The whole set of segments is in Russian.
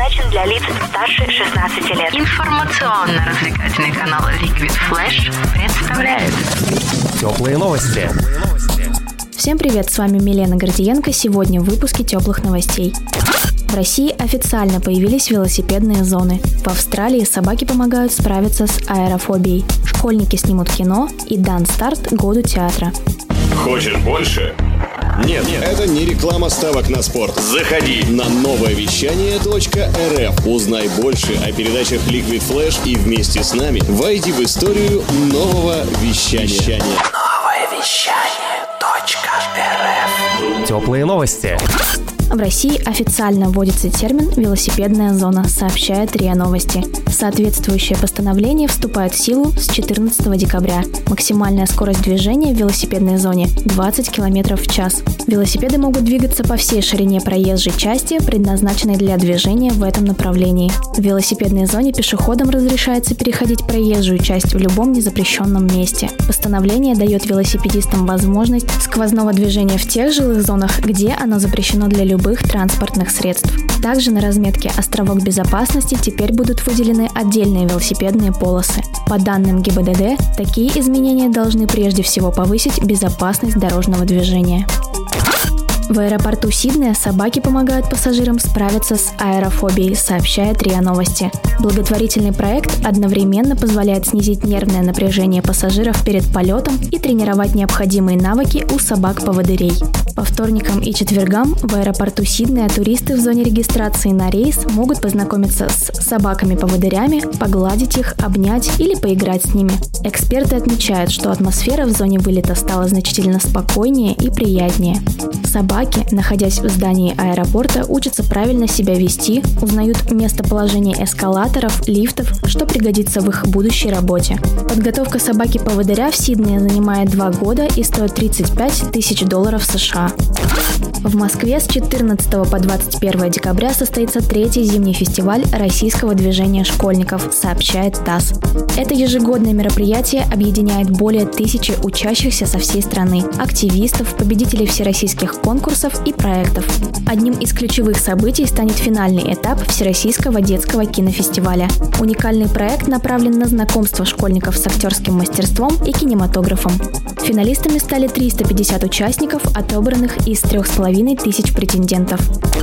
предназначен для лиц старше 16 лет. Информационно-развлекательный канал Liquid Flash представляет Теплые новости. Всем привет, с вами Милена Гордиенко. Сегодня в выпуске теплых новостей. В России официально появились велосипедные зоны. В Австралии собаки помогают справиться с аэрофобией. Школьники снимут кино и дан старт году театра. Хочешь больше? Нет, это не реклама ставок на спорт. Заходи на нововещание.рф. Узнай больше о передачах Liquid Flash и вместе с нами войди в историю нового вещания. Нововещание.рф. Теплые новости. В России официально вводится термин «велосипедная зона», сообщает РИА Новости. Соответствующее постановление вступает в силу с 14 декабря. Максимальная скорость движения в велосипедной зоне – 20 км в час. Велосипеды могут двигаться по всей ширине проезжей части, предназначенной для движения в этом направлении. В велосипедной зоне пешеходам разрешается переходить проезжую часть в любом незапрещенном месте. Постановление дает велосипедистам возможность сквозного движения в тех жилых зонах, где оно запрещено для любых транспортных средств. Также на разметке «Островок безопасности» теперь будут выделены отдельные велосипедные полосы. По данным ГИБДД, такие изменения должны прежде всего повысить безопасность дорожного движения. В аэропорту Сиднея собаки помогают пассажирам справиться с аэрофобией, сообщает РИА Новости. Благотворительный проект одновременно позволяет снизить нервное напряжение пассажиров перед полетом и тренировать необходимые навыки у собак-поводырей. По вторникам и четвергам в аэропорту Сиднея туристы в зоне регистрации на рейс могут познакомиться с собаками-поводырями, погладить их, обнять или поиграть с ними. Эксперты отмечают, что атмосфера в зоне вылета стала значительно спокойнее и приятнее. Собаки, находясь в здании аэропорта, учатся правильно себя вести, узнают местоположение эскалаторов, лифтов, что пригодится в их будущей работе. Подготовка собаки-поводыря в Сиднее занимает 2 года и стоит $35 тысяч США. В Москве с 14 по 21 декабря состоится 3-й зимний фестиваль российского движения школьников, сообщает ТАСС. Это ежегодное мероприятие объединяет более 1000 учащихся со всей страны, активистов, победителей всероссийских конкурсов и проектов. Одним из ключевых событий станет финальный этап Всероссийского детского кинофестиваля. Уникальный проект направлен на знакомство школьников с актерским мастерством и кинематографом. Финалистами стали 350 участников, отобранных из 3500 претендентов.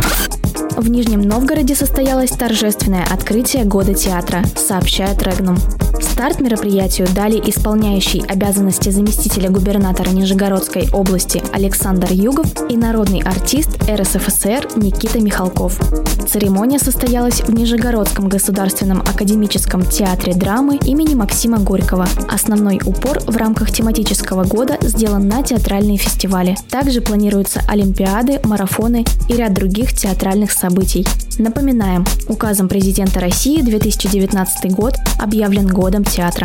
В Нижнем Новгороде состоялось торжественное открытие года театра, сообщает Регнум. Старт мероприятию дали исполняющий обязанности заместителя губернатора Нижегородской области Александр Югов и народный артист РСФСР Никита Михалков. Церемония состоялась в Нижегородском государственном академическом театре драмы имени Максима Горького. Основной упор в рамках тематического года сделан на театральные фестивали. Также планируются олимпиады, марафоны и ряд других театральных событий. Напоминаем, указом президента России 2019 год объявлен годом театра.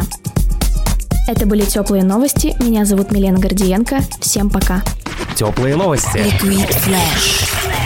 Это были теплые новости. Меня зовут Милена Гордиенко. Всем пока. Теплые новости. Liquid Flash.